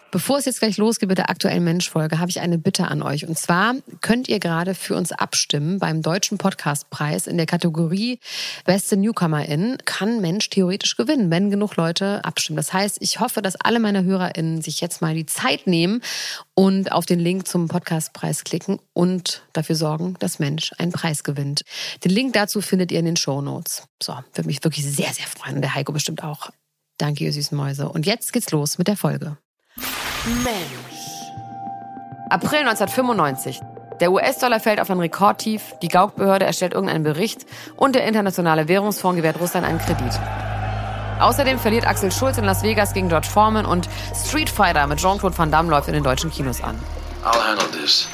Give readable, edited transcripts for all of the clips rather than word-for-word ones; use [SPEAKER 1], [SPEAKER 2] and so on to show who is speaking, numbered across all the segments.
[SPEAKER 1] Bevor es jetzt gleich losgeht mit der aktuellen Mensch-Folge, habe ich eine Bitte an euch. Und zwar könnt ihr gerade für uns abstimmen beim Deutschen Podcastpreis in der Kategorie Beste Newcomerin. Kann Mensch theoretisch gewinnen, wenn genug Leute abstimmen. Das heißt, ich hoffe, dass alle meine HörerInnen sich jetzt mal die Zeit nehmen und auf den Link zum Podcastpreis klicken und dafür sorgen, dass Mensch einen Preis gewinnt. Den Link dazu findet ihr in den Shownotes. So, würde mich wirklich sehr, sehr freuen. Und der Heiko bestimmt auch. Danke, ihr süßen Mäuse. Und jetzt geht's los mit der Folge. Mensch. April 1995. Der US-Dollar fällt auf ein Rekordtief, die Gauk-Behörde erstellt irgendeinen Bericht und der Internationale Währungsfonds gewährt Russland einen Kredit. Außerdem verliert Axel Schulz in Las Vegas gegen George Foreman und Street Fighter mit Jean-Claude Van Damme läuft in den deutschen Kinos an.
[SPEAKER 2] I'll handle this.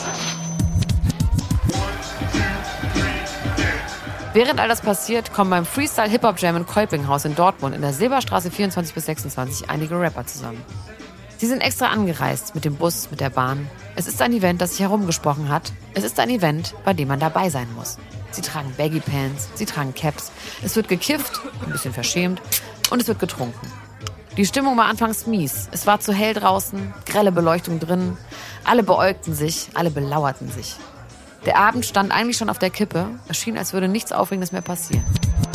[SPEAKER 1] Während all das passiert, kommen beim Freestyle-Hip-Hop-Jam in Kolpinghaus in Dortmund in der Silberstraße 24-26 einige Rapper zusammen. Sie sind extra angereist mit dem Bus, mit der Bahn. Es ist ein Event, das sich herumgesprochen hat. Es ist ein Event, bei dem man dabei sein muss. Sie tragen Baggy Pants, sie tragen Caps. Es wird gekifft, ein bisschen verschämt, und es wird getrunken. Die Stimmung war anfangs mies. Es war zu hell draußen, grelle Beleuchtung drin. Alle beäugten sich, alle belauerten sich. Der Abend stand eigentlich schon auf der Kippe. Es schien, als würde nichts Aufregendes mehr passieren.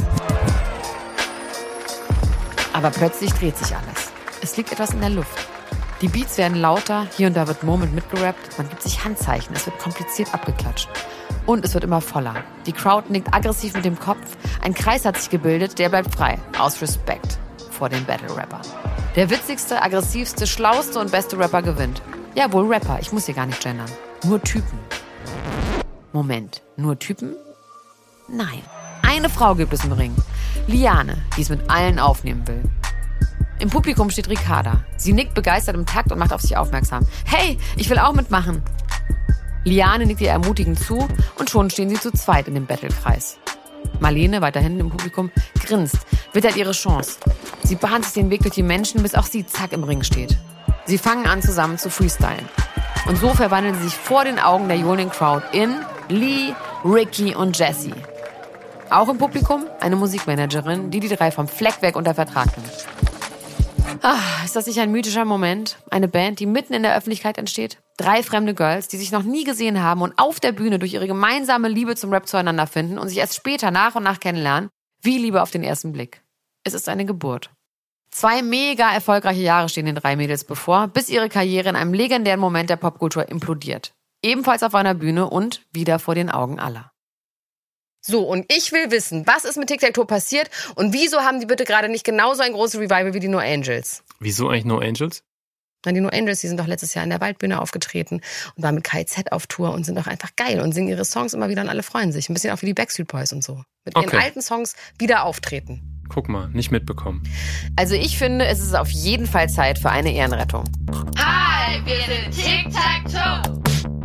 [SPEAKER 1] Aber plötzlich dreht sich alles. Es liegt etwas in der Luft. Die Beats werden lauter, hier und da wird murmelnd mitgerappt, man gibt sich Handzeichen, es wird kompliziert abgeklatscht. Und es wird immer voller. Die Crowd nickt aggressiv mit dem Kopf, ein Kreis hat sich gebildet, der bleibt frei, aus Respekt vor den Battle-Rapper. Der witzigste, aggressivste, schlauste und beste Rapper gewinnt. Ja, wohl Rapper, ich muss hier gar nicht gendern. Nur Typen. Moment, nur Typen? Nein. Eine Frau gibt es im Ring. Liane, die es mit allen aufnehmen will. Im Publikum steht Ricarda. Sie nickt begeistert im Takt und macht auf sich aufmerksam. Hey, ich will auch mitmachen. Liane nickt ihr ermutigend zu und schon stehen sie zu zweit in dem Battle-Kreis. Marlene, weiter hinten im Publikum, grinst, wittert ihre Chance. Sie bahnt sich den Weg durch die Menschen, bis auch sie zack im Ring steht. Sie fangen an, zusammen zu freestylen. Und so verwandeln sie sich vor den Augen der johlenden Crowd in Lee, Ricky und Jessie. Auch im Publikum eine Musikmanagerin, die drei vom Fleck weg unter Vertrag nimmt. Ist das nicht ein mythischer Moment? Eine Band, die mitten in der Öffentlichkeit entsteht? 3 fremde Girls, die sich noch nie gesehen haben und auf der Bühne durch ihre gemeinsame Liebe zum Rap zueinander finden und sich erst später nach und nach kennenlernen, wie Liebe auf den ersten Blick. Es ist eine Geburt. 2 mega erfolgreiche Jahre stehen den 3 Mädels bevor, bis ihre Karriere in einem legendären Moment der Popkultur implodiert. Ebenfalls auf einer Bühne und wieder vor den Augen aller. So, und ich will wissen, was ist mit Tic-Tac-Toe passiert und wieso haben die bitte gerade nicht genauso ein großes Revival wie die No Angels?
[SPEAKER 3] Wieso eigentlich No Angels?
[SPEAKER 1] Na, die No Angels, die sind doch letztes Jahr in der Waldbühne aufgetreten und waren mit KZ auf Tour und sind doch einfach geil und singen ihre Songs immer wieder und alle freuen sich. Ein bisschen auch wie die Backstreet Boys und so. Mit ihren alten Songs wieder auftreten.
[SPEAKER 3] Guck mal, nicht mitbekommen.
[SPEAKER 1] Also ich finde, es ist auf jeden Fall Zeit für eine Ehrenrettung.
[SPEAKER 4] Hi, wir sind Tic-Tac-Toe.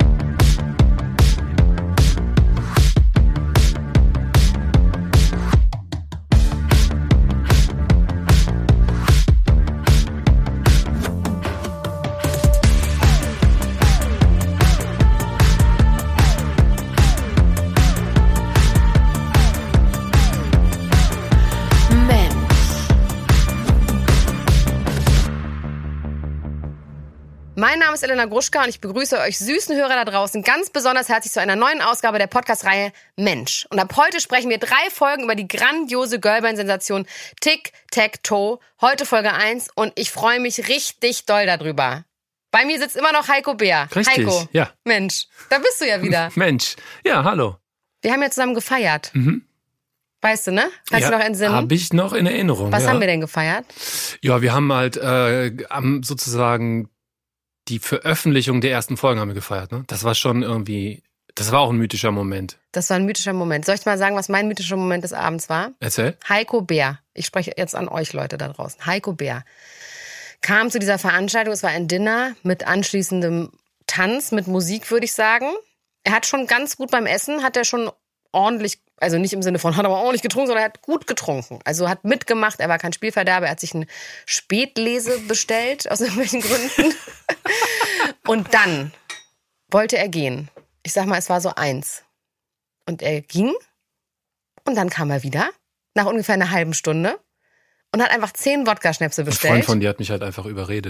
[SPEAKER 1] Mein Name ist Elena Gruschka und ich begrüße euch süßen Hörer da draußen ganz besonders herzlich zu einer neuen Ausgabe der Podcast-Reihe Mensch. Und ab heute sprechen wir 3 Folgen über die grandiose Girlband-Sensation Tic-Tac-Toe. Heute Folge 1 und ich freue mich richtig doll darüber. Bei mir sitzt immer noch Heiko Bär.
[SPEAKER 3] Richtig,
[SPEAKER 1] Heiko,
[SPEAKER 3] ja.
[SPEAKER 1] Mensch, da bist du ja wieder.
[SPEAKER 3] Mensch, ja, hallo.
[SPEAKER 1] Wir haben ja zusammen gefeiert. Weißt du, ne? Kannst du noch entsinnen?
[SPEAKER 3] Habe ich noch in Erinnerung.
[SPEAKER 1] Was haben wir denn gefeiert?
[SPEAKER 3] Ja, wir haben halt sozusagen die Veröffentlichung der ersten Folgen haben wir gefeiert. Ne? Das war schon irgendwie, das war auch ein mythischer Moment.
[SPEAKER 1] Das war ein mythischer Moment. Soll ich mal sagen, was mein mythischer Moment des Abends war?
[SPEAKER 3] Erzähl.
[SPEAKER 1] Heiko Bär. Ich spreche jetzt an euch Leute da draußen. Heiko Bär kam zu dieser Veranstaltung. Es war ein Dinner mit anschließendem Tanz, mit Musik, würde ich sagen. Er hat schon ganz gut beim Essen, hat er schon ordentlich, also nicht im Sinne von hat aber ordentlich getrunken, sondern er hat gut getrunken. Also hat mitgemacht, er war kein Spielverderber, er hat sich ein Spätlese bestellt, aus irgendwelchen Gründen. Und dann wollte er gehen. Ich sag mal, es war so 1. Und er ging und dann kam er wieder, nach ungefähr einer halben Stunde und hat einfach 10 Wodka-Schnäpse bestellt.
[SPEAKER 3] Ein Freund von dir hat mich halt einfach überredet.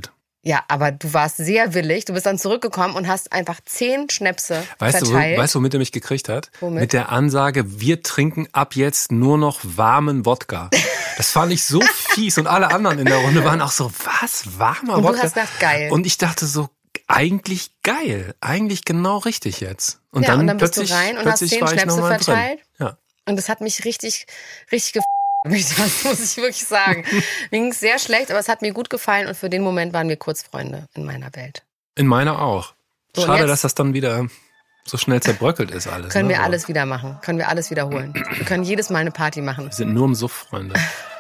[SPEAKER 2] Ja, aber du warst sehr willig. Du bist dann zurückgekommen und hast einfach 10 Schnäpse verteilt.
[SPEAKER 3] Weißt du, womit er mich gekriegt hat?
[SPEAKER 2] Womit?
[SPEAKER 3] Mit der Ansage, wir trinken ab jetzt nur noch warmen Wodka. Das fand ich so fies und alle anderen in der Runde waren auch so, was, warmer Wodka?
[SPEAKER 2] Und du hast gedacht, geil.
[SPEAKER 3] Und ich dachte so, eigentlich geil, eigentlich genau richtig jetzt.
[SPEAKER 2] Und dann bist
[SPEAKER 3] plötzlich,
[SPEAKER 2] du rein und hast 10 Schnäpse verteilt.
[SPEAKER 3] Ja.
[SPEAKER 2] Und das hat mich richtig das muss ich wirklich sagen. Mir ging es sehr schlecht, aber es hat mir gut gefallen und für den Moment waren wir kurz Freunde in meiner Welt.
[SPEAKER 3] In meiner auch.
[SPEAKER 2] So,
[SPEAKER 3] schade, dass das dann wieder so schnell zerbröckelt ist alles.
[SPEAKER 2] Können wir alles wieder machen. Können wir alles wiederholen. Wir können jedes Mal eine Party machen.
[SPEAKER 3] Wir sind nur im Suff, Freunde.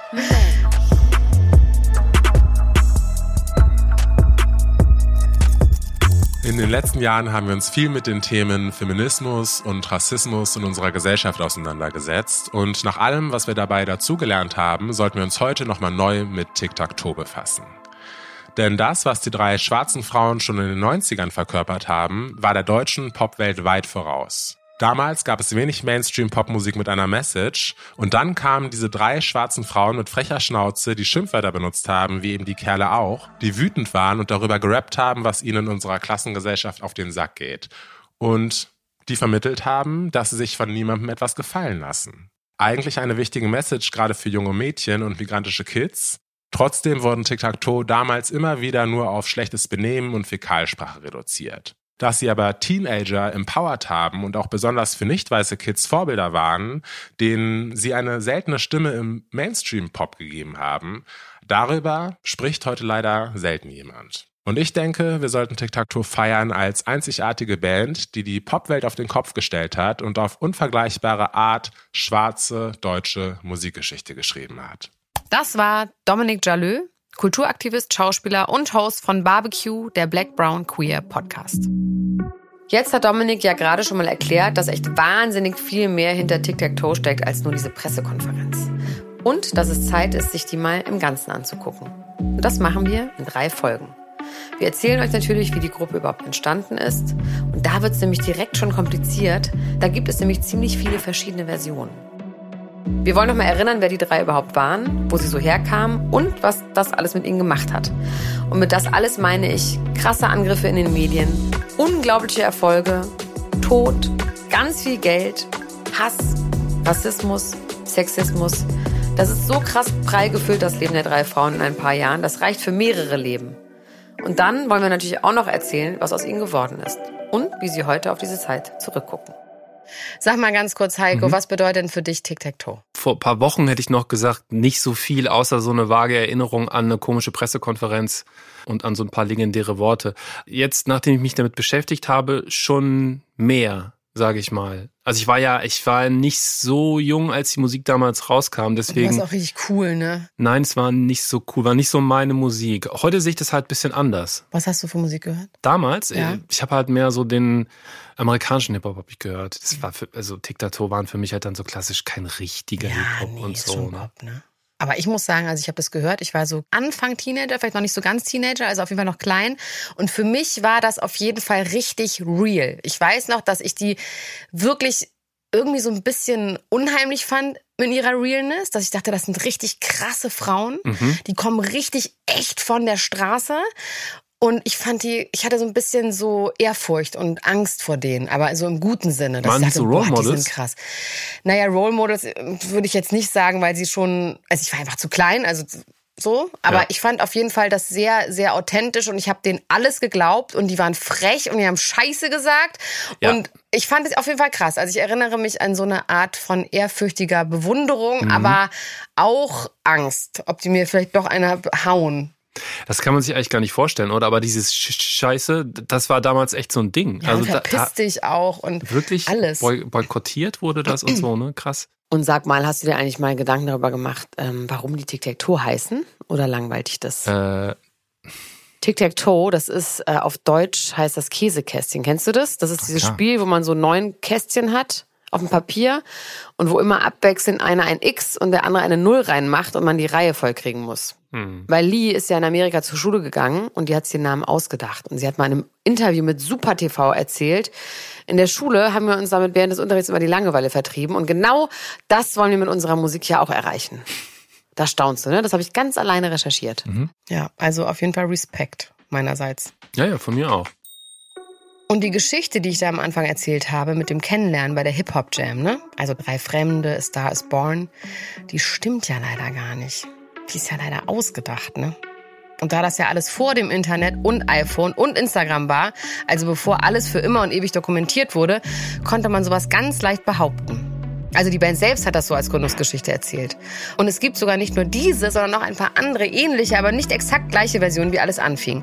[SPEAKER 5] In den letzten Jahren haben wir uns viel mit den Themen Feminismus und Rassismus in unserer Gesellschaft auseinandergesetzt. Und nach allem, was wir dabei dazugelernt haben, sollten wir uns heute nochmal neu mit Tic-Tac-Toe befassen. Denn das, was die 3 schwarzen Frauen schon in den 90ern verkörpert haben, war der deutschen Popwelt weit voraus. Damals gab es wenig Mainstream-Popmusik mit einer Message und dann kamen diese 3 schwarzen Frauen mit frecher Schnauze, die Schimpfwörter benutzt haben, wie eben die Kerle auch, die wütend waren und darüber gerappt haben, was ihnen in unserer Klassengesellschaft auf den Sack geht. Und die vermittelt haben, dass sie sich von niemandem etwas gefallen lassen. Eigentlich eine wichtige Message, gerade für junge Mädchen und migrantische Kids. Trotzdem wurden Tic-Tac-Toe damals immer wieder nur auf schlechtes Benehmen und Fäkalsprache reduziert. Dass sie aber Teenager empowered haben und auch besonders für nicht-weiße Kids Vorbilder waren, denen sie eine seltene Stimme im Mainstream-Pop gegeben haben, darüber spricht heute leider selten jemand. Und ich denke, wir sollten Tic-Tac-Toe feiern als einzigartige Band, die die Popwelt auf den Kopf gestellt hat und auf unvergleichbare Art schwarze deutsche Musikgeschichte geschrieben hat.
[SPEAKER 1] Das war Dominik Jalö, Kulturaktivist, Schauspieler und Host von Barbecue, der Black Brown Queer Podcast. Jetzt hat Dominik ja gerade schon mal erklärt, dass echt wahnsinnig viel mehr hinter Tic-Tac-Toe steckt als nur diese Pressekonferenz. Und dass es Zeit ist, sich die mal im Ganzen anzugucken. Und das machen wir in 3 Folgen. Wir erzählen euch natürlich, wie die Gruppe überhaupt entstanden ist. Und da wird es nämlich direkt schon kompliziert. Da gibt es nämlich ziemlich viele verschiedene Versionen. Wir wollen noch mal erinnern, wer die 3 überhaupt waren, wo sie so herkamen und was das alles mit ihnen gemacht hat. Und mit das alles meine ich krasse Angriffe in den Medien, unglaubliche Erfolge, Tod, ganz viel Geld, Hass, Rassismus, Sexismus. Das ist so krass prall gefüllt, das Leben der 3 Frauen in ein paar Jahren. Das reicht für mehrere Leben. Und dann wollen wir natürlich auch noch erzählen, was aus ihnen geworden ist und wie sie heute auf diese Zeit zurückgucken.
[SPEAKER 2] Sag mal ganz kurz, Heiko, was bedeutet denn für dich Tic-Tac-Toe?
[SPEAKER 3] Vor ein paar Wochen hätte ich noch gesagt, nicht so viel, außer so eine vage Erinnerung an eine komische Pressekonferenz und an so ein paar legendäre Worte. Jetzt, nachdem ich mich damit beschäftigt habe, schon mehr, sage ich mal. Also ich war nicht so jung, als die Musik damals rauskam, deswegen.
[SPEAKER 2] Das ist auch richtig cool, ne?
[SPEAKER 3] Nein, es war nicht so cool, war nicht so meine Musik. Heute sehe ich das halt ein bisschen anders.
[SPEAKER 2] Was hast du für Musik gehört?
[SPEAKER 3] Damals,
[SPEAKER 2] ja.
[SPEAKER 3] Ich habe halt mehr so den amerikanischen Hip-Hop hab ich gehört. Das war Tic-Tac-Toe waren für mich halt dann so klassisch kein richtiger Hip-Hop und so.
[SPEAKER 2] Schon Pop, ne? Aber ich muss sagen, also ich habe das gehört, ich war so Anfang Teenager, vielleicht noch nicht so ganz Teenager, also auf jeden Fall noch klein. Und für mich war das auf jeden Fall richtig real. Ich weiß noch, dass ich die wirklich irgendwie so ein bisschen unheimlich fand in ihrer Realness, dass ich dachte, das sind richtig krasse Frauen, die kommen richtig echt von der Straße. Und ich hatte so ein bisschen so Ehrfurcht und Angst vor denen, aber so im guten Sinne. Dass
[SPEAKER 3] waren
[SPEAKER 2] ich
[SPEAKER 3] die
[SPEAKER 2] dachte,
[SPEAKER 3] so Role Models?
[SPEAKER 2] Die sind krass. Naja, Role Models würde ich jetzt nicht sagen, weil sie schon, also ich war einfach zu klein, also so. Aber
[SPEAKER 3] ja.
[SPEAKER 2] Ich fand auf jeden Fall das sehr, sehr authentisch und ich habe denen alles geglaubt und die waren frech und die haben Scheiße gesagt.
[SPEAKER 3] Ja.
[SPEAKER 2] Und ich fand es auf jeden Fall krass. Also ich erinnere mich an so eine Art von ehrfürchtiger Bewunderung, aber auch Angst, ob die mir vielleicht doch einer hauen.
[SPEAKER 3] Das kann man sich eigentlich gar nicht vorstellen, oder? Aber dieses Scheiße, das war damals echt so ein Ding.
[SPEAKER 2] Ja, also verpiss dich auch und
[SPEAKER 3] wirklich
[SPEAKER 2] alles.
[SPEAKER 3] Boykottiert wurde das und so, ne? Krass.
[SPEAKER 1] Und sag mal, hast du dir eigentlich mal Gedanken darüber gemacht, warum die Tic-Tac-Toe heißen? Oder langweilt dich das? Tic-Tac-Toe, das ist auf Deutsch heißt das Käsekästchen. Kennst du das? Das ist dieses Spiel, wo man so 9 Kästchen hat auf dem Papier und wo immer abwechselnd einer ein X und der andere eine 0 reinmacht und man die Reihe vollkriegen muss. Weil Lee ist ja in Amerika zur Schule gegangen und die hat sich den Namen ausgedacht. Und sie hat mal in einem Interview mit Super TV erzählt, in der Schule haben wir uns damit während des Unterrichts immer die Langeweile vertrieben. Und genau das wollen wir mit unserer Musik ja auch erreichen. Da staunst du, ne? Das habe ich ganz alleine recherchiert.
[SPEAKER 2] Ja, also auf jeden Fall Respekt. meinerseits.
[SPEAKER 3] Ja, von mir auch.
[SPEAKER 2] Und die Geschichte, die ich da am Anfang erzählt habe, mit dem Kennenlernen bei der Hip-Hop-Jam, ne? Also 3 Fremde, A Star is Born, die stimmt ja leider gar nicht. Die ist ja leider ausgedacht, ne? Und da das ja alles vor dem Internet und iPhone und Instagram war, also bevor alles für immer und ewig dokumentiert wurde, konnte man sowas ganz leicht behaupten. Also die Band selbst hat das so als Gründungsgeschichte erzählt. Und es gibt sogar nicht nur diese, sondern noch ein paar andere ähnliche, aber nicht exakt gleiche Versionen, wie alles anfing.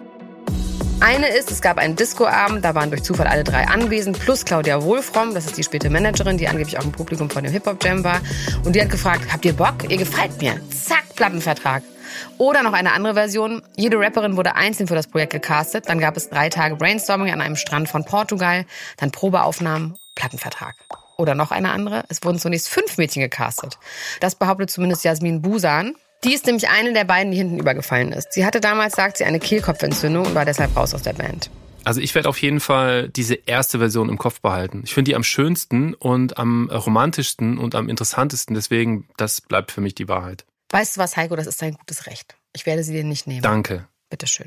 [SPEAKER 2] Eine ist, es gab einen Discoabend, da waren durch Zufall alle 3 anwesend, plus Claudia Wohlfromm, das ist die späte Managerin, die angeblich auch im Publikum von dem Hip-Hop-Jam war. Und die hat gefragt, habt ihr Bock? Ihr gefällt mir. Zack, Plattenvertrag. Oder noch eine andere Version, jede Rapperin wurde einzeln für das Projekt gecastet, dann gab es 3 Tage Brainstorming an einem Strand von Portugal, dann Probeaufnahmen, Plattenvertrag. Oder noch eine andere, es wurden zunächst 5 Mädchen gecastet. Das behauptet zumindest Jasmin Busan. Die ist nämlich eine der beiden, die hinten übergefallen ist. Sie hatte damals, sagt sie, eine Kehlkopfentzündung und war deshalb raus aus der Band.
[SPEAKER 3] Also ich werde auf jeden Fall diese erste Version im Kopf behalten. Ich finde die am schönsten und am romantischsten und am interessantesten. Deswegen, das bleibt für mich die Wahrheit.
[SPEAKER 2] Weißt du was, Heiko, das ist dein gutes Recht. Ich werde sie dir nicht nehmen.
[SPEAKER 3] Danke.
[SPEAKER 2] Bitteschön.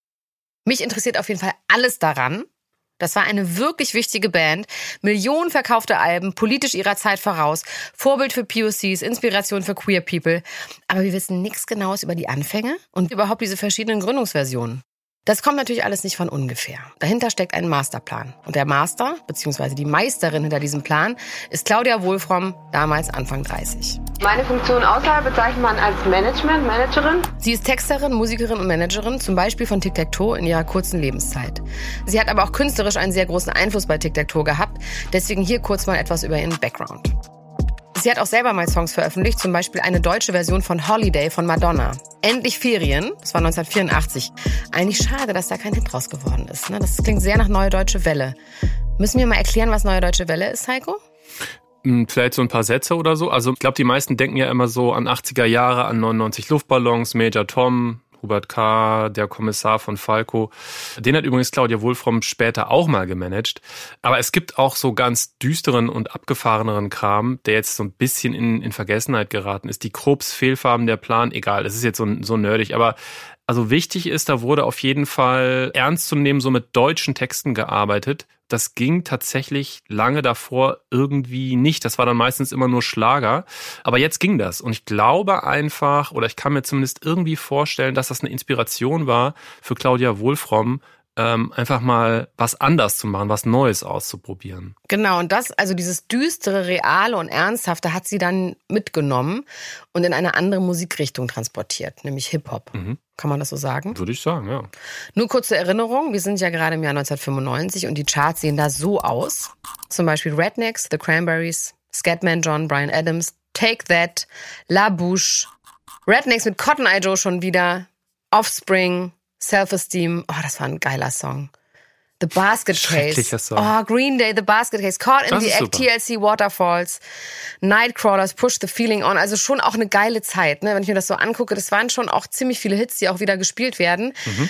[SPEAKER 2] Mich interessiert auf jeden Fall alles daran. Das war eine wirklich wichtige Band. Millionen verkaufte Alben, politisch ihrer Zeit voraus, Vorbild für POCs, Inspiration für Queer People. Aber wir wissen nichts Genaues über die Anfänge und überhaupt diese verschiedenen Gründungsversionen. Das kommt natürlich alles nicht von ungefähr. Dahinter steckt ein Masterplan. Und der Master, beziehungsweise die Meisterin hinter diesem Plan, ist Claudia Wohlfromm, damals Anfang 30.
[SPEAKER 6] Meine Funktion außerhalb bezeichnet man als Managerin.
[SPEAKER 2] Sie ist Texterin, Musikerin und Managerin, zum Beispiel von Tic Tac Toe in ihrer kurzen Lebenszeit. Sie hat aber auch künstlerisch einen sehr großen Einfluss bei Tic Tac Toe gehabt. Deswegen hier kurz mal etwas über ihren Background. Sie hat auch selber mal Songs veröffentlicht, zum Beispiel eine deutsche Version von Holiday von Madonna. Endlich Ferien, das war 1984. Eigentlich schade, dass da kein Hit draus geworden ist. Ne? Das klingt sehr nach Neue Deutsche Welle. Müssen wir mal erklären, was Neue Deutsche Welle ist, Heiko?
[SPEAKER 3] Vielleicht so ein paar Sätze oder so. Also ich glaube, die meisten denken ja immer so an 80er Jahre, an 99 Luftballons, Major Tom, Hubert K., der Kommissar von Falco. Den hat übrigens Claudia Wohlfromm später auch mal gemanagt. Aber es gibt auch so ganz düsteren und abgefahreneren Kram, der jetzt so ein bisschen in Vergessenheit geraten ist. Die Krups, Fehlfarben, der Plan, egal, es ist jetzt so nerdig. Aber also wichtig ist, da wurde auf jeden Fall ernst zu nehmen so mit deutschen Texten gearbeitet. Das ging tatsächlich lange davor irgendwie nicht. Das war dann meistens immer nur Schlager. Aber jetzt ging das. Und ich glaube einfach, oder ich kann mir zumindest irgendwie vorstellen, dass das eine Inspiration war für Claudia Wohlfromm, einfach mal was anders zu machen, was Neues auszuprobieren.
[SPEAKER 2] Genau, und das, also dieses düstere, reale und ernsthafte hat sie dann mitgenommen und in eine andere Musikrichtung transportiert, nämlich Hip-Hop. Mhm. Kann man das so sagen?
[SPEAKER 3] Würde ich sagen, ja.
[SPEAKER 2] Nur kurze Erinnerung, wir sind ja gerade im Jahr 1995 und die Charts sehen da so aus. Zum Beispiel Rednecks, The Cranberries, Scatman John, Bryan Adams, Take That, La Bouche, Rednecks mit Cotton Eye Joe schon wieder, Offspring, Self-Esteem, oh, das war ein geiler Song. The Basket Case.
[SPEAKER 3] Song.
[SPEAKER 2] Oh, Green Day, The Basket Case. Caught in the Act, TLC Waterfalls. Nightcrawlers, Push the Feeling On. Also schon auch eine geile Zeit, ne? Wenn ich mir das so angucke, das waren schon auch ziemlich viele Hits, die auch wieder gespielt werden. Mhm.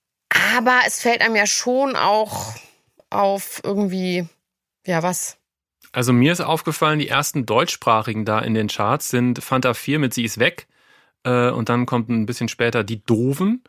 [SPEAKER 2] Aber es fällt einem ja schon auch auf irgendwie, ja, was?
[SPEAKER 3] Also mir ist aufgefallen, die ersten deutschsprachigen da in den Charts sind Fanta 4 mit Sie ist weg. Und dann kommt ein bisschen später Die Doofen.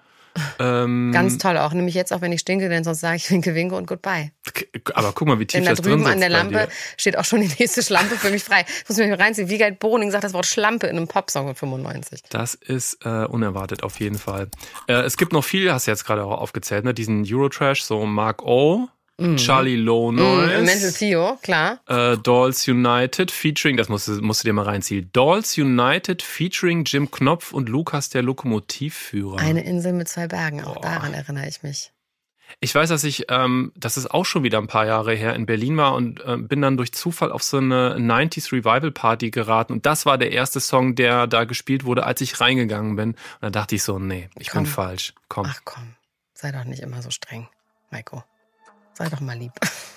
[SPEAKER 2] Ganz toll auch, nämlich jetzt auch, wenn ich stinke, denn sonst sage ich Winke, Winke und Goodbye.
[SPEAKER 3] Aber guck mal, wie tief
[SPEAKER 2] denn
[SPEAKER 3] das drin sitzt.
[SPEAKER 2] Da drüben an der Lampe steht auch schon die nächste Schlampe für mich frei. Ich muss mir reinziehen. Wiegald Boning sagt das Wort Schlampe in einem Popsong von 95.
[SPEAKER 3] Das ist unerwartet auf jeden Fall. Es gibt noch viel, hast du jetzt gerade auch aufgezählt, ne? Diesen Eurotrash, so Mark O., Charlie Low Noise.
[SPEAKER 2] Mental Theo, klar.
[SPEAKER 3] Dolls United featuring, das musst du dir mal reinziehen. Dolls United featuring Jim Knopf und Lukas, der Lokomotivführer.
[SPEAKER 2] Eine Insel mit 2 Bergen, auch daran erinnere ich mich.
[SPEAKER 3] Ich weiß, dass ich, das ist auch schon wieder ein paar Jahre her, in Berlin war und bin dann durch Zufall auf so eine 90s Revival Party geraten. Und das war der erste Song, der da gespielt wurde, als ich reingegangen bin. Und da dachte ich so, nee, ich bin falsch. Komm.
[SPEAKER 2] Ach komm, sei doch nicht immer so streng, Maiko. Sei doch mal lieb.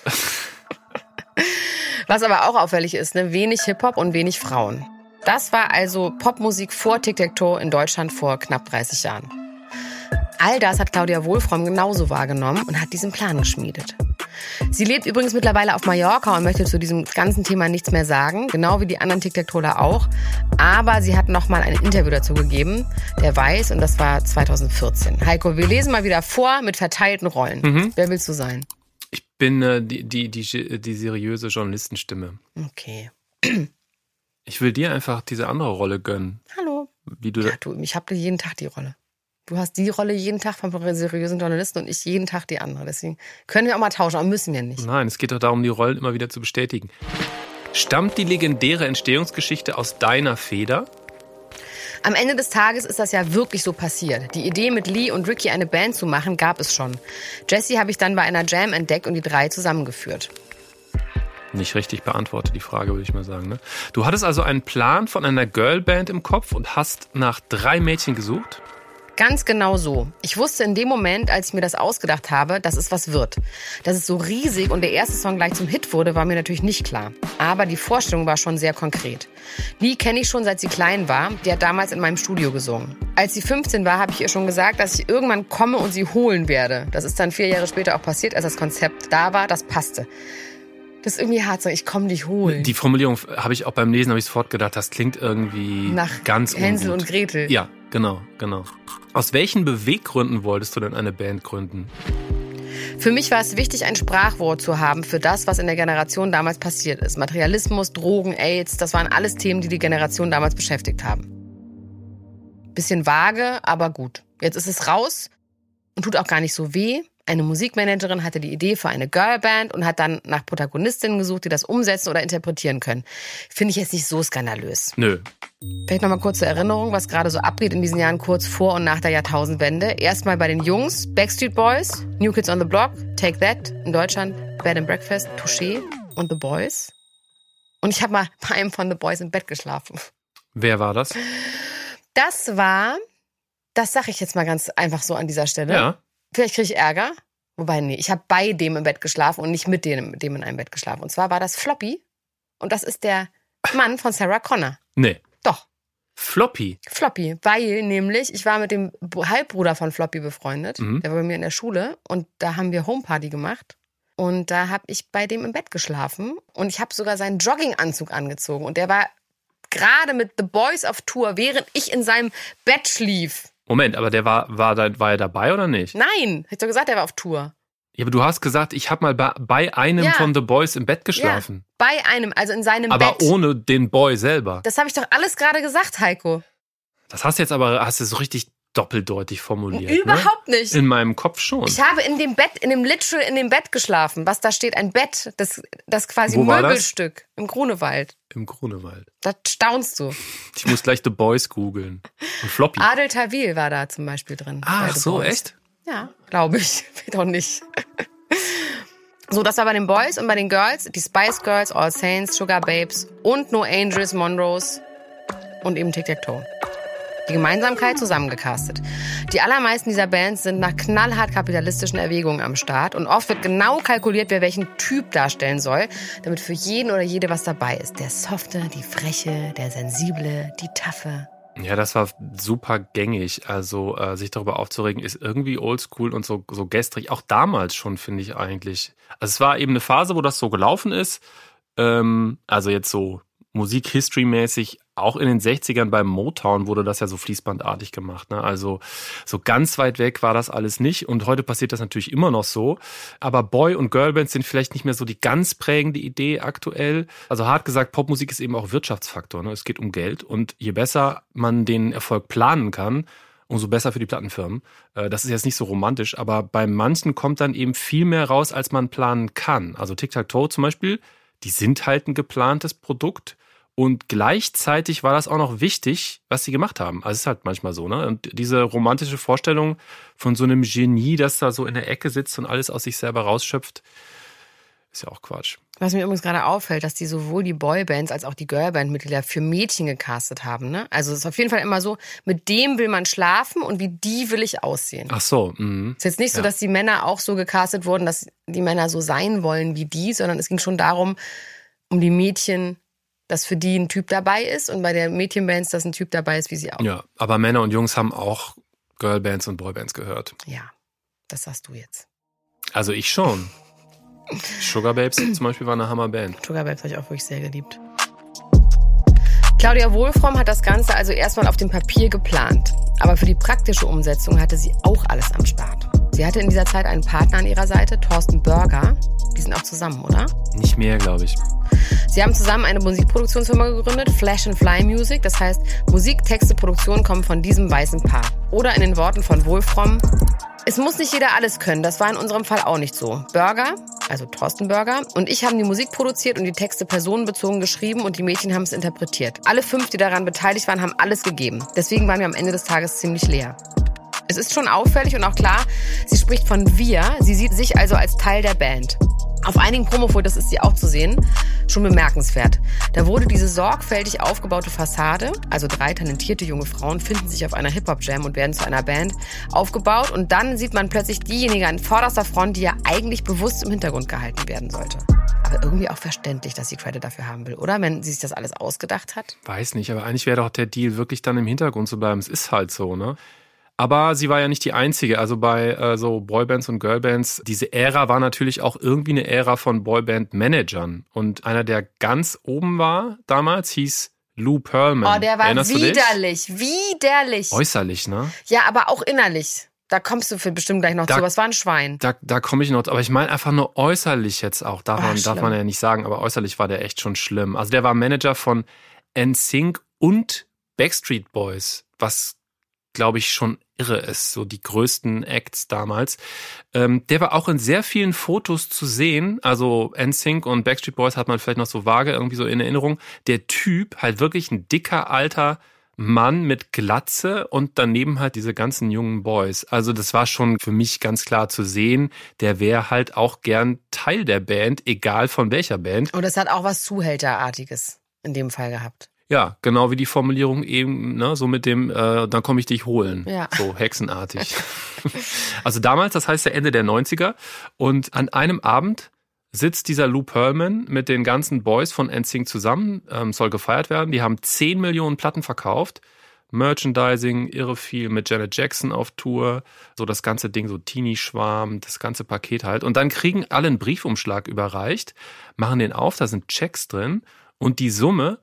[SPEAKER 2] Was aber auch auffällig ist, ne? Wenig Hip-Hop und wenig Frauen. Das war also Popmusik vor Tic Tac Toe in Deutschland vor knapp 30 Jahren. All das hat Claudia Wohlfromm genauso wahrgenommen und hat diesen Plan geschmiedet. Sie lebt übrigens mittlerweile auf Mallorca und möchte zu diesem ganzen Thema nichts mehr sagen, genau wie die anderen Tic-Tac-Toler auch. Aber sie hat nochmal ein Interview dazu gegeben, der Weiß, und das war 2014. Heiko, wir lesen mal wieder vor mit verteilten Rollen. Wer willst du sein?
[SPEAKER 3] Ich bin die seriöse Journalistenstimme.
[SPEAKER 2] Okay.
[SPEAKER 3] Ich will dir einfach diese andere Rolle gönnen.
[SPEAKER 2] Hallo.
[SPEAKER 3] Wie du
[SPEAKER 2] Ja, du, ich habe jeden Tag die Rolle. Du hast die Rolle jeden Tag vom seriösen Journalisten und ich jeden Tag die andere. Deswegen können wir auch mal tauschen, aber müssen wir nicht.
[SPEAKER 3] Nein, es geht doch darum, die Rollen immer wieder zu bestätigen. Stammt die legendäre Entstehungsgeschichte aus deiner Feder?
[SPEAKER 2] Am Ende des Tages ist das ja wirklich so passiert. Die Idee, mit Lee und Ricky eine Band zu machen, gab es schon. Jessie habe ich dann bei einer Jam entdeckt und die 3 zusammengeführt.
[SPEAKER 3] Nicht richtig beantwortet, die Frage, würde ich mal sagen. Ne? Du hattest also einen Plan von einer Girlband im Kopf und hast nach 3 Mädchen gesucht?
[SPEAKER 2] Ganz genau so. Ich wusste in dem Moment, als ich mir das ausgedacht habe, dass es was wird. Dass es so riesig und der erste Song gleich zum Hit wurde, war mir natürlich nicht klar. Aber die Vorstellung war schon sehr konkret. Lee kenne ich schon, seit sie klein war. Die hat damals in meinem Studio gesungen. Als sie 15 war, habe ich ihr schon gesagt, dass ich irgendwann komme und sie holen werde. Das ist dann 4 Jahre später auch passiert, als das Konzept da war. Das passte. Das ist irgendwie hart, so ich komme dich holen.
[SPEAKER 3] Die Formulierung habe ich auch beim Lesen sofort gedacht, das klingt irgendwie
[SPEAKER 2] nach
[SPEAKER 3] ganz
[SPEAKER 2] Hänsel
[SPEAKER 3] ungut.
[SPEAKER 2] und Gretel.
[SPEAKER 3] Ja, genau. Aus welchen Beweggründen wolltest du denn eine Band gründen?
[SPEAKER 2] Für mich war es wichtig, ein Sprachwort zu haben für das, was in der Generation damals passiert ist. Materialismus, Drogen, AIDS, das waren alles Themen, die die Generation damals beschäftigt haben. Bisschen vage, aber gut. Jetzt ist es raus und tut auch gar nicht so weh. Eine Musikmanagerin hatte die Idee für eine Girlband und hat dann nach Protagonistinnen gesucht, die das umsetzen oder interpretieren können. Finde ich jetzt nicht so skandalös.
[SPEAKER 3] Nö.
[SPEAKER 2] Vielleicht nochmal kurz zur Erinnerung, was gerade so abgeht in diesen Jahren kurz vor und nach der Jahrtausendwende. Erstmal bei den Jungs, Backstreet Boys, New Kids on the Block, Take That, in Deutschland Bed and Breakfast, Touché und The Boys. Und ich habe mal bei einem von The Boys im Bett geschlafen.
[SPEAKER 3] Wer war das?
[SPEAKER 2] Das sage ich jetzt mal ganz einfach so an dieser Stelle.
[SPEAKER 3] Ja.
[SPEAKER 2] Vielleicht kriege ich Ärger. Wobei, nee, ich habe bei dem im Bett geschlafen und nicht mit dem in einem Bett geschlafen. Und zwar war das Floppy. Und das ist der Mann von Sarah Connor.
[SPEAKER 3] Nee.
[SPEAKER 2] Doch.
[SPEAKER 3] Floppy?
[SPEAKER 2] Floppy, weil nämlich, ich war mit dem Halbbruder von Floppy befreundet. Der war bei mir in der Schule. Und da haben wir Homeparty gemacht. Und da habe ich bei dem im Bett geschlafen. Und ich habe sogar seinen Jogginganzug angezogen. Und der war gerade mit The Boys auf Tour, während ich in seinem Bett schlief.
[SPEAKER 3] Moment, aber der war er dabei oder nicht?
[SPEAKER 2] Nein, hab ich doch gesagt, er war auf Tour.
[SPEAKER 3] Ja, aber du hast gesagt, ich habe mal bei einem von The Boys im Bett geschlafen.
[SPEAKER 2] Ja, bei einem, also in seinem
[SPEAKER 3] aber
[SPEAKER 2] Bett.
[SPEAKER 3] Aber ohne den Boy selber.
[SPEAKER 2] Das habe ich doch alles gerade gesagt, Heiko.
[SPEAKER 3] Das hast du so richtig doppeldeutig formuliert.
[SPEAKER 2] Überhaupt nicht.
[SPEAKER 3] In meinem Kopf schon.
[SPEAKER 2] Ich habe in dem Bett geschlafen. Was da steht, ein Bett, das quasi
[SPEAKER 3] Wo war
[SPEAKER 2] Möbelstück.
[SPEAKER 3] Das?
[SPEAKER 2] Im Grunewald.
[SPEAKER 3] Im Grunewald.
[SPEAKER 2] Da staunst du.
[SPEAKER 3] Ich muss gleich The Boys googeln. Und Floppy.
[SPEAKER 2] Adel Tawil war da zum Beispiel drin.
[SPEAKER 3] Ach so,
[SPEAKER 2] Boys.
[SPEAKER 3] echt?
[SPEAKER 2] Ja, glaube ich. Doch nicht. So, das war bei den Boys und bei den Girls. Die Spice Girls, All Saints, Sugar Babes und No Angels, Monroes und eben Tic-Tac-Toe. Die Gemeinsamkeit zusammengecastet. Die allermeisten dieser Bands sind nach knallhart kapitalistischen Erwägungen am Start und oft wird genau kalkuliert, wer welchen Typ darstellen soll, damit für jeden oder jede was dabei ist. Der Softe, die Freche, der Sensible, die Taffe.
[SPEAKER 3] Ja, das war super gängig. Also sich darüber aufzuregen, ist irgendwie oldschool und so gestrig. Auch damals schon, finde ich eigentlich. Also es war eben eine Phase, wo das so gelaufen ist. Also jetzt so Musik-History-mäßig. Auch in den 60ern beim Motown wurde das ja so fließbandartig gemacht. Ne? Also so ganz weit weg war das alles nicht. Und heute passiert das natürlich immer noch so. Aber Boy- und Girlbands sind vielleicht nicht mehr so die ganz prägende Idee aktuell. Also hart gesagt, Popmusik ist eben auch Wirtschaftsfaktor. Ne? Es geht um Geld. Und je besser man den Erfolg planen kann, umso besser für die Plattenfirmen. Das ist jetzt nicht so romantisch. Aber bei manchen kommt dann eben viel mehr raus, als man planen kann. Also Tic-Tac-Toe zum Beispiel, die sind halt ein geplantes Produkt. Und gleichzeitig war das auch noch wichtig, was sie gemacht haben. Also es ist halt manchmal so, ne? Und diese romantische Vorstellung von so einem Genie, das da so in der Ecke sitzt und alles aus sich selber rausschöpft, ist ja auch Quatsch.
[SPEAKER 2] Was mir übrigens gerade auffällt, dass die sowohl die Boybands als auch die Girlband-Mitglieder für Mädchen gecastet haben, ne? Also es ist auf jeden Fall immer so, mit dem will man schlafen und wie die will ich aussehen.
[SPEAKER 3] Ach so. Mhm.
[SPEAKER 2] Es ist jetzt nicht so, dass die Männer auch so gecastet wurden, dass die Männer so sein wollen wie die, sondern es ging schon darum, um die Mädchen, dass für die ein Typ dabei ist und bei der Mädchenbands, dass ein Typ dabei ist, wie sie auch.
[SPEAKER 3] Ja, aber Männer und Jungs haben auch Girlbands und Boybands gehört.
[SPEAKER 2] Ja, das sagst du jetzt.
[SPEAKER 3] Also ich schon. Sugar Babes zum Beispiel war eine Hammerband.
[SPEAKER 2] Sugar Babes habe ich auch wirklich sehr geliebt. Claudia Wohlfromm hat das Ganze also erstmal auf dem Papier geplant. Aber für die praktische Umsetzung hatte sie auch alles am Start. Sie hatte in dieser Zeit einen Partner an ihrer Seite, Thorsten Börger. Die sind auch zusammen, oder?
[SPEAKER 3] Nicht mehr, glaube ich.
[SPEAKER 2] Sie haben zusammen eine Musikproduktionsfirma gegründet, Flash and Fly Music. Das heißt, Musik, Texte, Produktion kommen von diesem weißen Paar. Oder in den Worten von Wohlfromm: Es muss nicht jeder alles können, das war in unserem Fall auch nicht so. Börger, also Thorsten Börger, und ich haben die Musik produziert und die Texte personenbezogen geschrieben und die Mädchen haben es interpretiert. Alle 5, die daran beteiligt waren, haben alles gegeben. Deswegen waren wir am Ende des Tages ziemlich leer. Es ist schon auffällig und auch klar, sie spricht von wir, sie sieht sich also als Teil der Band. Auf einigen Promofotos ist sie auch zu sehen, schon bemerkenswert. Da wurde diese sorgfältig aufgebaute Fassade, also 3 talentierte junge Frauen finden sich auf einer Hip-Hop-Jam und werden zu einer Band, aufgebaut und dann sieht man plötzlich diejenige an vorderster Front, die ja eigentlich bewusst im Hintergrund gehalten werden sollte. Aber irgendwie auch verständlich, dass sie Credit dafür haben will, oder? Wenn sie sich das alles ausgedacht hat.
[SPEAKER 3] Weiß nicht, aber eigentlich wäre doch der Deal, wirklich dann im Hintergrund zu bleiben. Es ist halt so, ne? Aber sie war ja nicht die Einzige. Also bei so Boybands und Girlbands, diese Ära war natürlich auch irgendwie eine Ära von Boyband-Managern. Und einer, der ganz oben war damals, hieß Lou Pearlman.
[SPEAKER 2] Oh, der war widerlich.
[SPEAKER 3] Äußerlich, ne?
[SPEAKER 2] Ja, aber auch innerlich. Da kommst du bestimmt gleich noch zu. Was war ein Schwein?
[SPEAKER 3] Da komme ich noch. Aber ich meine einfach nur äußerlich jetzt auch. Darf man ja nicht sagen. Aber äußerlich war der echt schon schlimm. Also der war Manager von NSYNC und Backstreet Boys. Was, glaube ich, schon irre ist, so die größten Acts damals. Der war auch in sehr vielen Fotos zu sehen, also NSYNC und Backstreet Boys hat man vielleicht noch so vage irgendwie so in Erinnerung. Der Typ halt wirklich ein dicker, alter Mann mit Glatze und daneben halt diese ganzen jungen Boys. Also das war schon für mich ganz klar zu sehen, der wäre halt auch gern Teil der Band, egal von welcher Band.
[SPEAKER 2] Und das hat auch was Zuhälterartiges in dem Fall gehabt.
[SPEAKER 3] Ja, genau wie die Formulierung eben, ne, so mit dem, dann komme ich dich holen.
[SPEAKER 2] Ja.
[SPEAKER 3] So hexenartig. Also damals, das heißt ja Ende der 90er. Und an einem Abend sitzt dieser Lou Pearlman mit den ganzen Boys von NSYNC zusammen, soll gefeiert werden. Die haben 10 Millionen Platten verkauft. Merchandising, irre viel mit Janet Jackson auf Tour. So das ganze Ding, so Teenie-Schwarm, das ganze Paket halt. Und dann kriegen alle einen Briefumschlag überreicht, machen den auf, da sind Checks drin. Und die Summe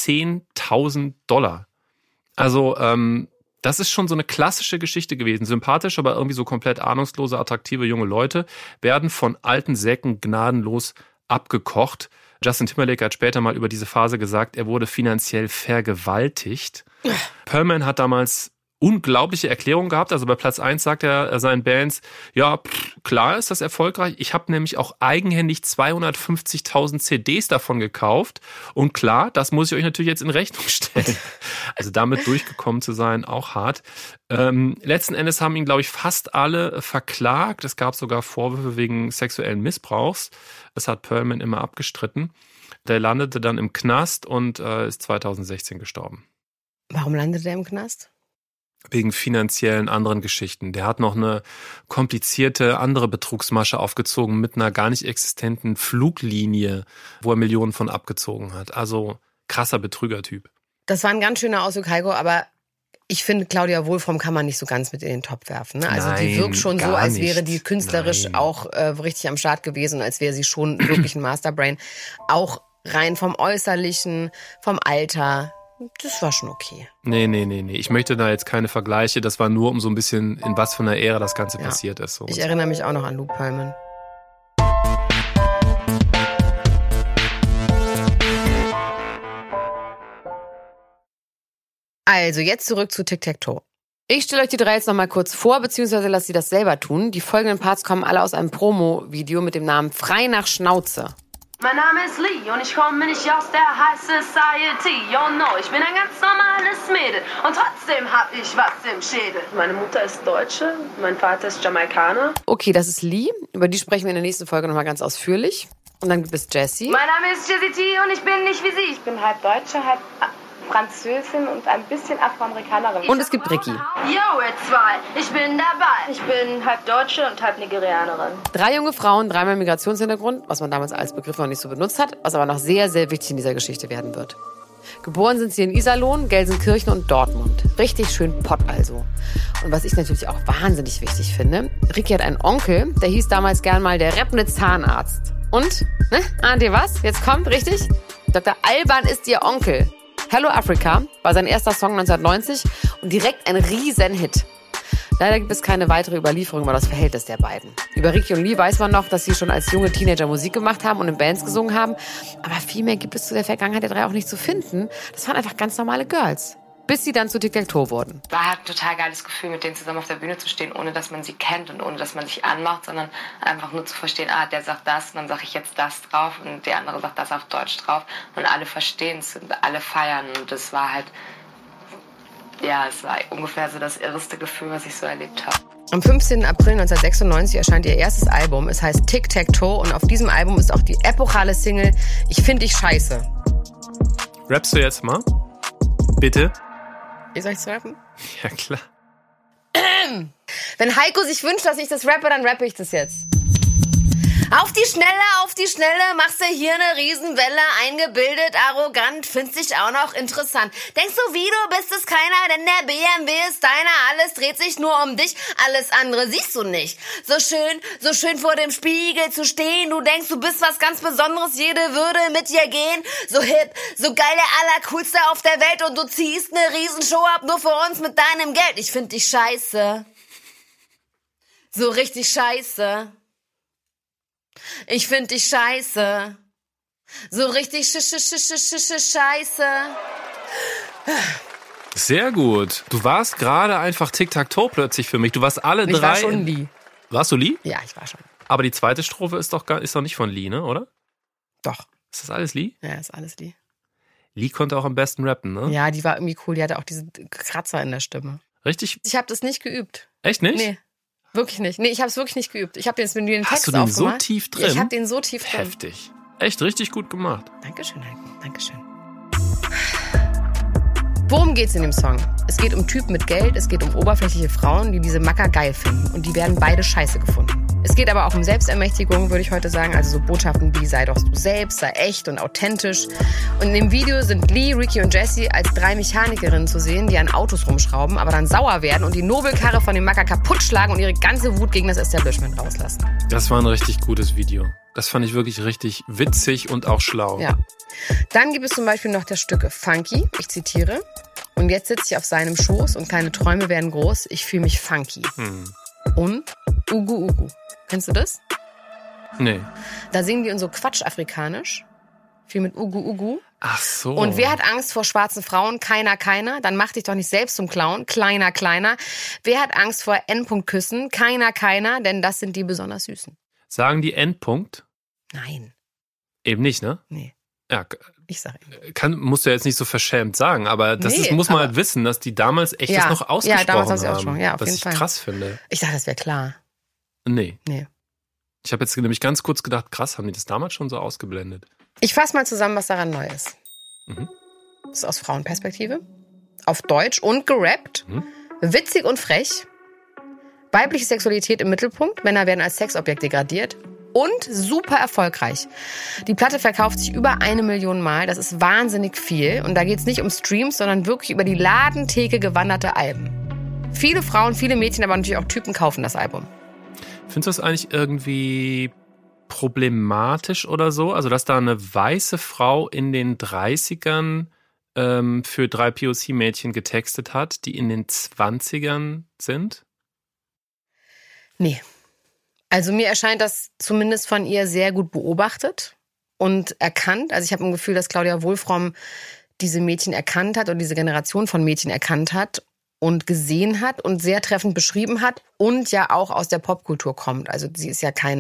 [SPEAKER 3] $10.000. Also das ist schon so eine klassische Geschichte gewesen. Sympathisch, aber irgendwie so komplett ahnungslose, attraktive junge Leute werden von alten Säcken gnadenlos abgekocht. Justin Timberlake hat später mal über diese Phase gesagt, er wurde finanziell vergewaltigt. Pearlman hat damals unglaubliche Erklärungen gehabt. Also bei Platz 1 sagt er seinen Bands, ja, klar ist das erfolgreich. Ich habe nämlich auch eigenhändig 250.000 CDs davon gekauft. Und klar, das muss ich euch natürlich jetzt in Rechnung stellen. Also damit durchgekommen zu sein, auch hart. Letzten Endes haben ihn, glaube ich, fast alle verklagt. Es gab sogar Vorwürfe wegen sexuellen Missbrauchs. Das hat Pearlman immer abgestritten. Der landete dann im Knast und ist 2016 gestorben.
[SPEAKER 2] Warum landete er im Knast?
[SPEAKER 3] Wegen finanziellen anderen Geschichten. Der hat noch eine komplizierte andere Betrugsmasche aufgezogen mit einer gar nicht existenten Fluglinie, wo er Millionen von abgezogen hat. Also krasser Betrügertyp.
[SPEAKER 2] Das war ein ganz schöner Ausdruck, Heiko, aber ich finde, Claudia Wohlfromm kann man nicht so ganz mit in den Topf werfen. Ne? Also die wirkt schon so, als wäre die künstlerisch auch richtig am Start gewesen, als wäre sie schon wirklich ein Masterbrain. Auch rein vom Äußerlichen, vom Alter. Das war schon okay.
[SPEAKER 3] Nee. Ich möchte da jetzt keine Vergleiche. Das war nur, um so ein bisschen, in was für einer Ära das Ganze passiert ist. So.
[SPEAKER 2] Ich erinnere mich auch noch an Lou Pearlman. Also, jetzt zurück zu Tic-Tac-Toe. Ich stelle euch die 3 jetzt nochmal kurz vor, beziehungsweise lasst sie das selber tun. Die folgenden Parts kommen alle aus einem Promo-Video mit dem Namen Frei nach Schnauze.
[SPEAKER 4] Mein Name ist Lee und ich komme nicht aus der High Society. You know, ich bin ein ganz normales Mädel und trotzdem hab ich was im Schädel. Meine Mutter ist Deutsche, mein Vater ist Jamaikaner.
[SPEAKER 2] Okay, das ist Lee. Über die sprechen wir in der nächsten Folge nochmal ganz ausführlich. Und dann gibt es Jessie.
[SPEAKER 6] Mein Name ist Jessie T und ich bin nicht wie sie. Ich bin halb Deutsche, halb Französin und ein bisschen Afroamerikanerin.
[SPEAKER 2] Und es gibt Ricky.
[SPEAKER 4] Yo, ihr zwei, ich bin dabei.
[SPEAKER 6] Ich bin halb Deutsche und halb Nigerianerin.
[SPEAKER 2] 3 junge Frauen, 3-mal Migrationshintergrund, was man damals als Begriff noch nicht so benutzt hat, was aber noch sehr, sehr wichtig in dieser Geschichte werden wird.
[SPEAKER 1] Geboren sind sie in Iserlohn, Gelsenkirchen und Dortmund. Richtig schön Pott also. Und was ich natürlich auch wahnsinnig wichtig finde, Ricky hat einen Onkel, der hieß damals gern mal der rappende Zahnarzt. Und, ne, ahnt ihr was? Jetzt kommt, richtig? Dr. Alban ist ihr Onkel. Hello Africa war sein erster Song 1990 und direkt ein Riesenhit. Leider gibt es keine weitere Überlieferung über das Verhältnis der beiden. Über Ricky und Lee weiß man noch, dass sie schon als junge Teenager Musik gemacht haben und in Bands gesungen haben. Aber viel mehr gibt es zu der Vergangenheit der drei auch nicht zu finden. Das waren einfach ganz normale Girls. Bis sie dann zu Tic-Tac-Toe wurden.
[SPEAKER 6] War halt ein total geiles Gefühl, mit denen zusammen auf der Bühne zu stehen, ohne dass man sie kennt und ohne dass man sich anmacht, sondern einfach nur zu verstehen, der sagt das, und dann sage ich jetzt das drauf und der andere sagt das auf Deutsch drauf und alle verstehen es und alle feiern und das war halt... Ja, es war ungefähr so das irreste Gefühl, was ich so erlebt habe.
[SPEAKER 2] Am 15. April 1996 erscheint ihr erstes Album. Es heißt Tic-Tac-Toe und auf diesem Album ist auch die epochale Single Ich find dich scheiße.
[SPEAKER 3] Rappst du jetzt mal? Bitte?
[SPEAKER 2] Wie soll ich's rappen?
[SPEAKER 3] Ja, klar.
[SPEAKER 2] Wenn Heiko sich wünscht, dass ich das rappe, dann rappe ich das jetzt. Auf die Schnelle, machst du hier eine Riesenwelle, eingebildet, arrogant, findest dich auch noch interessant. Denkst du, wie du bist es keiner, denn der BMW ist deiner, alles dreht sich nur um dich, alles andere siehst du nicht. So schön vor dem Spiegel zu stehen, du denkst, du bist was ganz Besonderes, jede würde mit dir gehen. So hip, so geil, der Allercoolste auf der Welt und du ziehst eine Riesenshow ab, nur für uns mit deinem Geld. Ich find dich scheiße. So richtig scheiße. Ich find dich scheiße. So richtig scheiße.
[SPEAKER 3] Sehr gut. Du warst gerade einfach Tic-Tac-Toe plötzlich für mich. Du warst alle drei...
[SPEAKER 2] Ich war schon Lee.
[SPEAKER 3] Warst du Lee?
[SPEAKER 2] Ja, ich war schon.
[SPEAKER 3] Aber die zweite Strophe ist doch nicht von Lee, ne, oder?
[SPEAKER 2] Doch.
[SPEAKER 3] Ist das alles Lee?
[SPEAKER 2] Ja, ist alles Lee.
[SPEAKER 3] Lee konnte auch am besten rappen, ne?
[SPEAKER 2] Ja, die war irgendwie cool. Die hatte auch diese Kratzer in der Stimme.
[SPEAKER 3] Richtig?
[SPEAKER 2] Ich habe das nicht geübt.
[SPEAKER 3] Echt nicht?
[SPEAKER 2] Nee. Wirklich nicht. Nee, ich habe es wirklich nicht geübt. Ich habe den Text
[SPEAKER 3] Hast du den
[SPEAKER 2] aufgemacht.
[SPEAKER 3] so tief drin?
[SPEAKER 2] Ich habe den so tief drin.
[SPEAKER 3] Heftig. Echt richtig gut gemacht.
[SPEAKER 2] Dankeschön, Heiko. Dankeschön. Worum geht's in dem Song? Es geht um Typen mit Geld, es geht um oberflächliche Frauen, die diese Macker geil finden. Und die werden beide scheiße gefunden. Es geht aber auch um Selbstermächtigung, würde ich heute sagen. Also so Botschaften wie, sei doch du selbst, sei echt und authentisch. Und in dem Video sind Lee, Ricky und Jessie als drei Mechanikerinnen zu sehen, die an Autos rumschrauben, aber dann sauer werden und die Nobelkarre von dem Macker kaputt schlagen und ihre ganze Wut gegen das Establishment rauslassen.
[SPEAKER 3] Das war ein richtig gutes Video. Das fand ich wirklich richtig witzig und auch schlau.
[SPEAKER 2] Ja. Dann gibt es zum Beispiel noch das Stück Funky. Ich zitiere. Und jetzt sitze ich auf seinem Schoß und kleine Träume werden groß. Ich fühle mich funky. Und Ugu Ugu. Kennst du das?
[SPEAKER 3] Nee.
[SPEAKER 2] Da singen die in so Quatsch-Afrikanisch. Viel mit Ugu Ugu.
[SPEAKER 3] Ach so.
[SPEAKER 2] Und wer hat Angst vor schwarzen Frauen? Keiner. Dann mach dich doch nicht selbst zum Clown. Kleiner. Wer hat Angst vor N-Punkt-Küssen? Keiner, denn das sind die besonders Süßen.
[SPEAKER 3] Sagen die Endpunkt?
[SPEAKER 2] Nein.
[SPEAKER 3] Eben nicht, ne?
[SPEAKER 2] Nee.
[SPEAKER 3] Ja,
[SPEAKER 2] Ich sag
[SPEAKER 3] musst du ja jetzt nicht so verschämt sagen, aber muss man halt wissen, dass die damals echt das noch ausgesprochen haben.
[SPEAKER 2] Ja, damals haben sie auch schon. Ja, auf
[SPEAKER 3] was
[SPEAKER 2] jeden
[SPEAKER 3] ich
[SPEAKER 2] Fall.
[SPEAKER 3] krass finde.
[SPEAKER 2] Ich dachte, das wäre klar.
[SPEAKER 3] Nee.
[SPEAKER 2] Nee.
[SPEAKER 3] Ich habe jetzt nämlich ganz kurz gedacht, krass, haben die das damals schon so ausgeblendet?
[SPEAKER 2] Ich fasse mal zusammen, was daran neu ist. Das ist aus Frauenperspektive. Auf Deutsch und gerappt. Witzig und frech. Weibliche Sexualität im Mittelpunkt. Männer werden als Sexobjekt degradiert. Und super erfolgreich. Die Platte verkauft sich über 1 Million Mal. Das ist wahnsinnig viel. Und da geht es nicht um Streams, sondern wirklich über die Ladentheke gewanderte Alben. Viele Frauen, viele Mädchen, aber natürlich auch Typen kaufen das Album.
[SPEAKER 3] Findest du das eigentlich irgendwie problematisch oder so? Also, dass da eine weiße Frau in den 30ern für 3 POC-Mädchen getextet hat, die in den 20ern sind?
[SPEAKER 2] Nee. Also mir erscheint das zumindest von ihr sehr gut beobachtet und erkannt. Also ich habe ein Gefühl, dass Claudia Wolfram diese Mädchen erkannt hat und diese Generation von Mädchen erkannt hat und gesehen hat und sehr treffend beschrieben hat und ja auch aus der Popkultur kommt. Also sie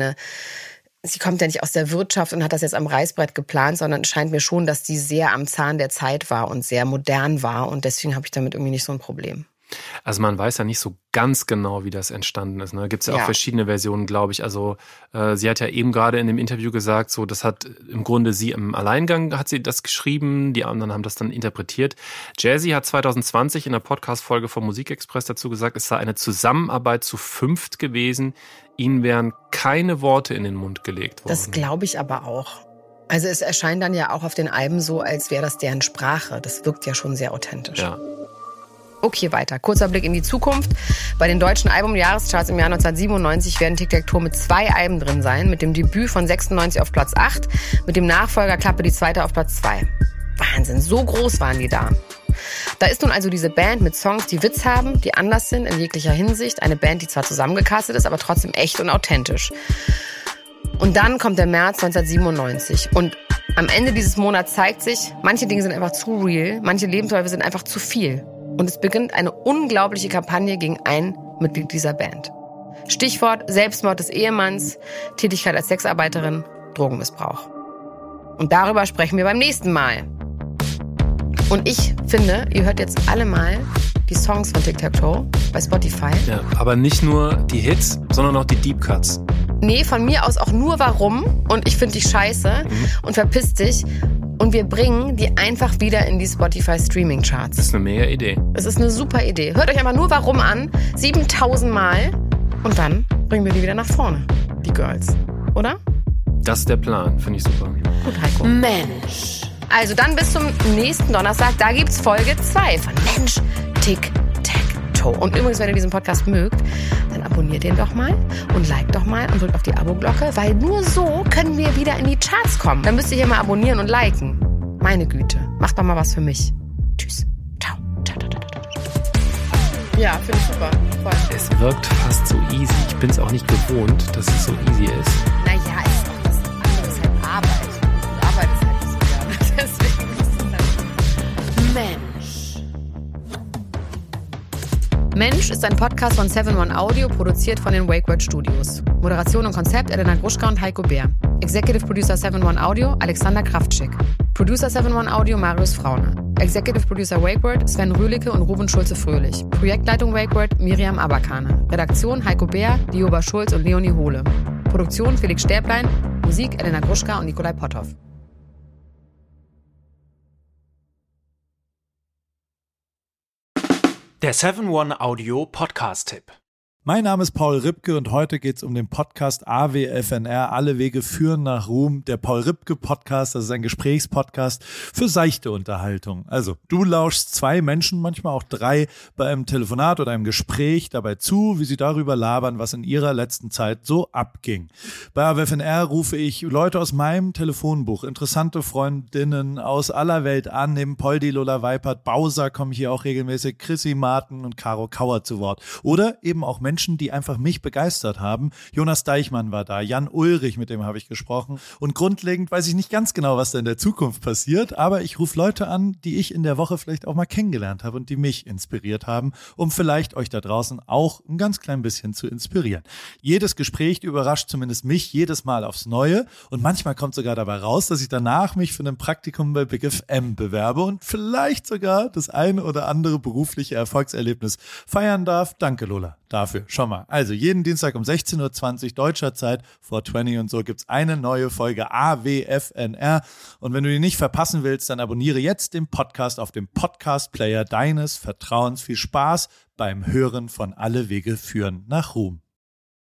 [SPEAKER 2] kommt ja nicht aus der Wirtschaft und hat das jetzt am Reißbrett geplant, sondern es scheint mir schon, dass die sehr am Zahn der Zeit war und sehr modern war und deswegen habe ich damit irgendwie nicht so ein Problem.
[SPEAKER 3] Also man weiß ja nicht so ganz genau, wie das entstanden ist. Da gibt es ja auch verschiedene Versionen, glaube ich. Also sie hat ja eben gerade in dem Interview gesagt, so das hat im Grunde sie im Alleingang hat sie das geschrieben, die anderen haben das dann interpretiert. Jazzy hat 2020 in der Podcast-Folge vom Musikexpress dazu gesagt, es sei eine Zusammenarbeit zu 5 gewesen. Ihnen wären keine Worte in den Mund gelegt worden.
[SPEAKER 2] Das glaube ich aber auch. Also es erscheint dann ja auch auf den Alben so, als wäre das deren Sprache. Das wirkt ja schon sehr authentisch.
[SPEAKER 3] Ja.
[SPEAKER 2] Okay, weiter. Kurzer Blick in die Zukunft. Bei den deutschen Album-Jahrescharts im Jahr 1997 werden Tic-Tac-Toe mit 2 Alben drin sein. Mit dem Debüt von 96 auf Platz 8, mit dem Nachfolger Klappe die zweite auf Platz 2. Wahnsinn, so groß waren die da. Da ist nun also diese Band mit Songs, die Witz haben, die anders sind in jeglicher Hinsicht. Eine Band, die zwar zusammengecastet ist, aber trotzdem echt und authentisch. Und dann kommt der März 1997 und am Ende dieses Monats zeigt sich, manche Dinge sind einfach zu real, manche Lebensläufe sind einfach zu viel. Und es beginnt eine unglaubliche Kampagne gegen ein Mitglied dieser Band. Stichwort Selbstmord des Ehemanns, Tätigkeit als Sexarbeiterin, Drogenmissbrauch. Und darüber sprechen wir beim nächsten Mal. Und ich finde, ihr hört jetzt alle mal die Songs von Tic-Tac-Toe bei Spotify.
[SPEAKER 3] Ja, aber nicht nur die Hits, sondern auch die Deep Cuts.
[SPEAKER 2] Nee, von mir aus auch nur Warum. Und ich finde dich scheiße und verpiss dich. Und wir bringen die einfach wieder in die Spotify-Streaming-Charts.
[SPEAKER 3] Das ist eine mega Idee.
[SPEAKER 2] Es ist eine super Idee. Hört euch einfach nur Warum an, 7000 Mal. Und dann bringen wir die wieder nach vorne, die Girls. Oder?
[SPEAKER 3] Das ist der Plan, finde ich super.
[SPEAKER 2] Gut, Heiko.
[SPEAKER 1] Mensch.
[SPEAKER 2] Also dann bis zum nächsten Donnerstag. Da gibt's Folge 2 von Mensch, Tic-Tac-Toe. Und übrigens, wenn ihr diesen Podcast mögt, dann abonniert den doch mal und liked doch mal und drückt auf die Abo-Glocke, weil nur so können wir wieder in die Charts kommen. Dann müsst ihr hier mal abonnieren und liken. Meine Güte, macht doch mal was für mich. Tschüss. Ciao. Ciao, ciao, ciao, ciao. Ja, finde ich super. Voll.
[SPEAKER 3] Es wirkt fast so easy. Ich bin es auch nicht gewohnt, dass es so easy ist.
[SPEAKER 2] Naja, es ist auch das andere, ist halt Arbeit. Und Arbeit ist halt nicht so gerne. Deswegen ist es halt
[SPEAKER 1] Mensch. Mensch ist ein Podcast von 7-One Audio, produziert von den WakeWord Studios. Moderation und Konzept Elena Gruschka und Heiko Bär. Executive Producer 7-One Audio Alexander Kraftschick. Producer 7-One Audio Marius Frauner. Executive Producer WakeWord Sven Rühlicke und Ruben Schulze-Fröhlich. Projektleitung WakeWord Miriam Abakane. Redaktion Heiko Bär, Dioba Schulz und Leonie Hohle. Produktion Felix Stäblein. Musik Elena Gruschka und Nikolai Potthoff.
[SPEAKER 7] Der 7-One Audio Podcast-Tipp.
[SPEAKER 8] Mein Name ist Paul Ripke und heute geht es um den Podcast AWFNR, Alle Wege führen nach Ruhm. Der Paul Ripke Podcast, das ist ein Gesprächspodcast für seichte Unterhaltung. Also du lauschst 2 Menschen, manchmal auch 3, bei einem Telefonat oder einem Gespräch dabei zu, wie sie darüber labern, was in ihrer letzten Zeit so abging. Bei AWFNR rufe ich Leute aus meinem Telefonbuch, interessante Freundinnen aus aller Welt an, neben Poldi, Lola Weipert, Bowser kommen hier auch regelmäßig, Chrissy Martin und Caro Kauer zu Wort. Oder eben auch Menschen, die einfach mich begeistert haben. Jonas Deichmann war da, Jan Ulrich, mit dem habe ich gesprochen. Und grundlegend weiß ich nicht ganz genau, was da in der Zukunft passiert, aber ich rufe Leute an, die ich in der Woche vielleicht auch mal kennengelernt habe und die mich inspiriert haben, um vielleicht euch da draußen auch ein ganz klein bisschen zu inspirieren. Jedes Gespräch überrascht zumindest mich jedes Mal aufs Neue und manchmal kommt sogar dabei raus, dass ich danach mich für ein Praktikum bei Big FM bewerbe und vielleicht sogar das eine oder andere berufliche Erfolgserlebnis feiern darf. Danke, Lola, dafür. Schon mal. Also jeden Dienstag um 16:20 Uhr deutscher Zeit, 420 und so, gibt's eine neue Folge AWFNR. Und wenn du die nicht verpassen willst, dann abonniere jetzt den Podcast auf dem Podcast-Player deines Vertrauens. Viel Spaß beim Hören von Alle Wege führen nach Ruhm.